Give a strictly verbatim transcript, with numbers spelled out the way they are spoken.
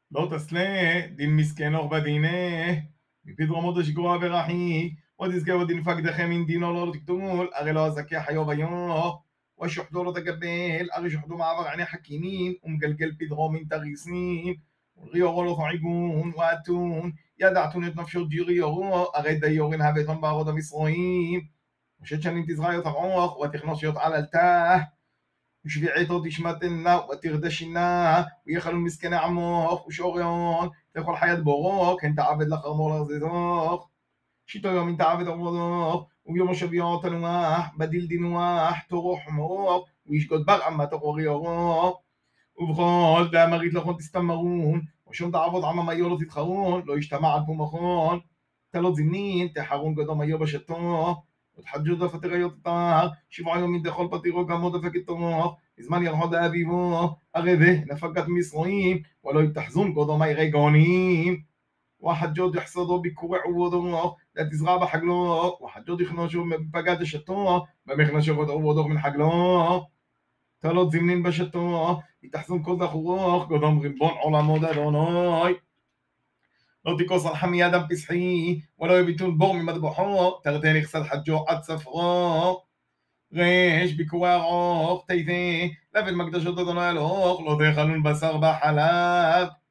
לא תסלה, דין מסכן אוך בדינה, מפתרומות השגורה ורחי, ותזכה ודין פקדכם מן דינו לא תקטול, הרי לא הזכה חיו ביום, ושוחדו לא תקבל, הרי שוחדו מעבר עיני חכימים, ומגלגל פדרו מן תריסים, ולריורו לא תועיגון, ואתון, ידעתון את נפשו ג'יריורו, הרי דיורין הבטון בערוד המסרועים, ושת שנים תזרע יותר ארוך, ותכנוס יות עללתה, ושביעתו תשמטנה ותרדשינה ויחלו מסכני עמוך ושאוריון תאכול חיית בורוק הן תעבד לחרמור לרזזוך שיטו יום תעבד עבודוך וביום שביעו תנוח בדיל דינוח תורו חמור וישגוד בר עמה תורי אורו ובכל דאמרית לכון תסתמרון ושום תעבוד עמה מיו לא תתחרון לא ישתמע על פומכון תלות זמנין תחרון גדום מיו בשתו ותחג'ו דפת ראיות טהר שבעה יומים דכל פטירו כמו דפק תורך בזמן ירחוד אביבו ערבה נפקת מסרועים ולא יתחזון קודמי רגונים וחג'ו יחסדו ביקורי עבודו لا תזרע בחגלו וחג'ו יכנושו בפגת שתו במכנשו עבודו מן חגלו תלות זמנין בשתו יתחזון כל זכורוך קודם ריבון עולמו דדונוי לא תכוס על חמי אדם פסחי, ולא יביטון בור ממטבחו, תרתי נכסת חג'ו עד ספרו. ריש ביקורי ארוך, תיתי, לבן מקדשות אדוני אלוך, לא תאכלון בשר בחלב.